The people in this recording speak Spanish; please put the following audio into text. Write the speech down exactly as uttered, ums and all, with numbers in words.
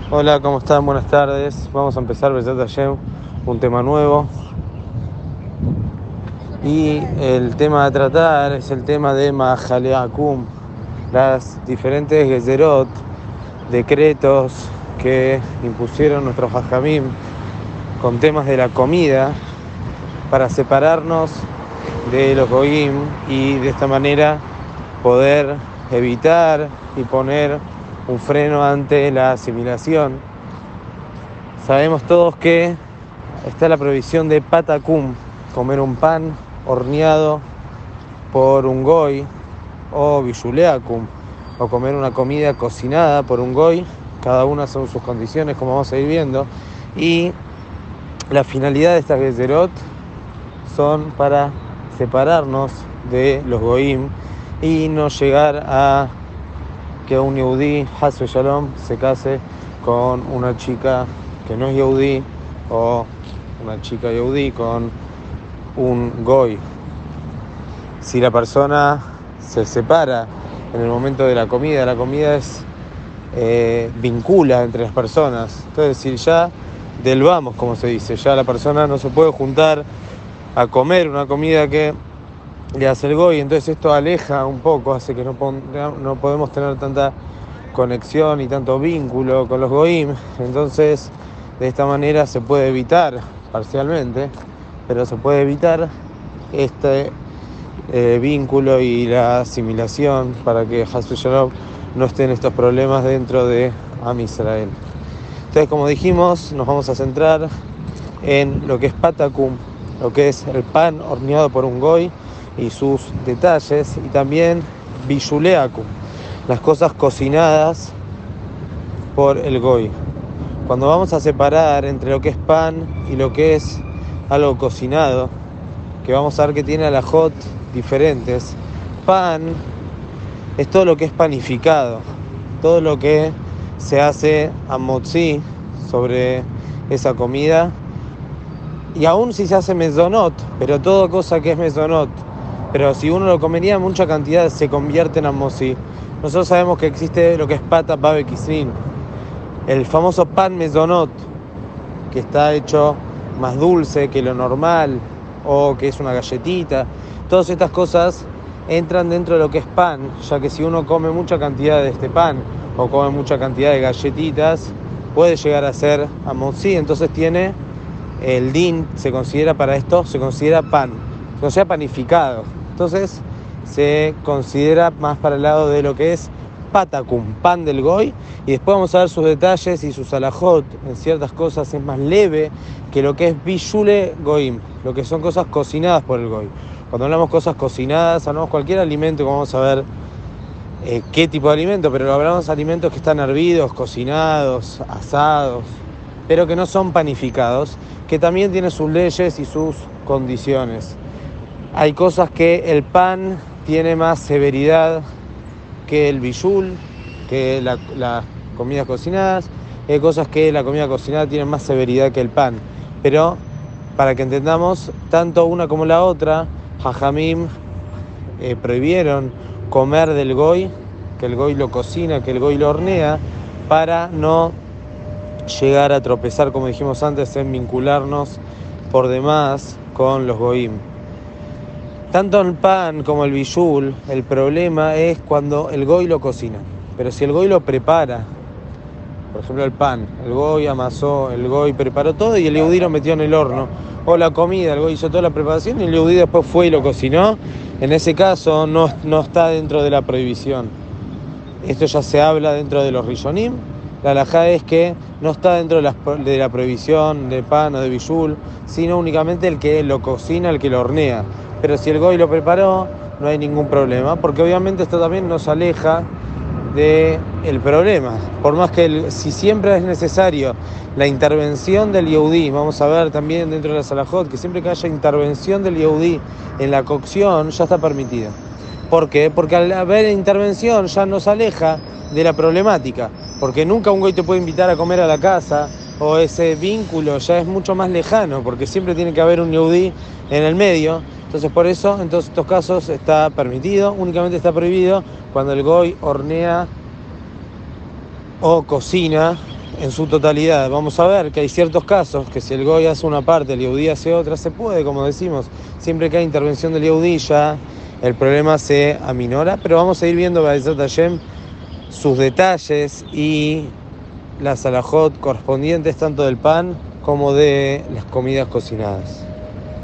Hola, ¿cómo están? Buenas tardes. Vamos a empezar, Besat Hashem, un tema nuevo. Y el tema a tratar es el tema de Mahale Akum, las diferentes gezerot, decretos que impusieron nuestros hajamim con temas de la comida para separarnos de los goyim y de esta manera poder evitar y poner un freno ante la asimilación. Sabemos todos que está la prohibición de patakum, comer un pan horneado por un goy, o bishuleakum, o comer una comida cocinada por un goy. Cada una son sus condiciones, como vamos a ir viendo. Y la finalidad de estas gezerot son para separarnos de los goyim y no llegar a que un yehudí, Haz Shalom, se case con una chica que no es yehudí, o una chica yehudí con un goy. Si la persona se separa en el momento de la comida, la comida es eh, vincula entre las personas. Entonces, si ya del vamos, como se dice, ya la persona no se puede juntar a comer una comida que le hace el goy, entonces esto aleja un poco, hace que no, pon, no podemos tener tanta conexión y tanto vínculo con los goyim. Entonces, de esta manera se puede evitar, parcialmente, pero se puede evitar este eh, vínculo y la asimilación para que Haz Shalom no estén estos problemas dentro de Am Israel. Entonces, como dijimos, nos vamos a centrar en lo que es patakum, lo que es el pan horneado por un goy y sus detalles, y también bishuleakum, las cosas cocinadas por el goy. Cuando vamos a separar entre lo que es pan y lo que es algo cocinado, que vamos a ver que tiene alajot diferentes. Pan es todo lo que es panificado, todo lo que se hace a motzi sobre esa comida, y aún si se hace mezonot, pero todo cosa que es mezonot, pero si uno lo comería en mucha cantidad, se convierte en amosí. Nosotros sabemos que existe lo que es pata babe kisrin, el famoso pan mezonot, que está hecho más dulce que lo normal, o que es una galletita. Todas estas cosas entran dentro de lo que es pan, ya que si uno come mucha cantidad de este pan, o come mucha cantidad de galletitas, puede llegar a ser amosí. Entonces tiene el din, se considera para esto, se considera pan, no sea panificado. Entonces se considera más para el lado de lo que es patakum, pan del goy, y después vamos a ver sus detalles y sus alajot. En ciertas cosas es más leve que lo que es bishule goim, lo que son cosas cocinadas por el goy. Cuando hablamos cosas cocinadas, hablamos cualquier alimento, como vamos a ver eh, qué tipo de alimento, pero hablamos de alimentos que están hervidos, cocinados, asados, pero que no son panificados, que también tiene sus leyes y sus condiciones. Hay cosas que el pan tiene más severidad que el bishul, que las la comidas cocinadas. Hay cosas que la comida cocinada tiene más severidad que el pan. Pero para que entendamos, tanto una como la otra, Jajamim eh, prohibieron comer del goy, que el goy lo cocina, que el goy lo hornea, para no llegar a tropezar, como dijimos antes, en vincularnos por demás con los goyim. Tanto el pan como el bishul, el problema es cuando el goy lo cocina. Pero si el goy lo prepara, por ejemplo el pan, el goy amasó, el goy preparó todo y el yehudí lo metió en el horno, o la comida, el goy hizo toda la preparación y el yehudí después fue y lo cocinó, en ese caso no, no está dentro de la prohibición. Esto ya se habla dentro de los rishonim. La halajá es que no está dentro de la, de la prohibición de pan o de bishul, sino únicamente el que lo cocina, el que lo hornea. Pero si el goy lo preparó, no hay ningún problema, porque obviamente esto también nos aleja del problema. Por más que el, si siempre es necesario la intervención del yehudí, vamos a ver también dentro de la salahot, que siempre que haya intervención del yehudí en la cocción, ya está permitida. ¿Por qué? Porque al haber intervención ya nos aleja de la problemática, porque nunca un goy te puede invitar a comer a la casa, o ese vínculo ya es mucho más lejano, porque siempre tiene que haber un yehudí en el medio. Entonces por eso, en todos estos casos está permitido, únicamente está prohibido cuando el goy hornea o cocina en su totalidad. Vamos a ver que hay ciertos casos que si el Goy hace una parte, el Yehudí hace otra, se puede, como decimos. Siempre que hay intervención del Yehudí ya el problema se aminora, pero vamos a ir viendo Be'ezrat Hashem sus detalles y las alajot correspondientes tanto del pan como de las comidas cocinadas.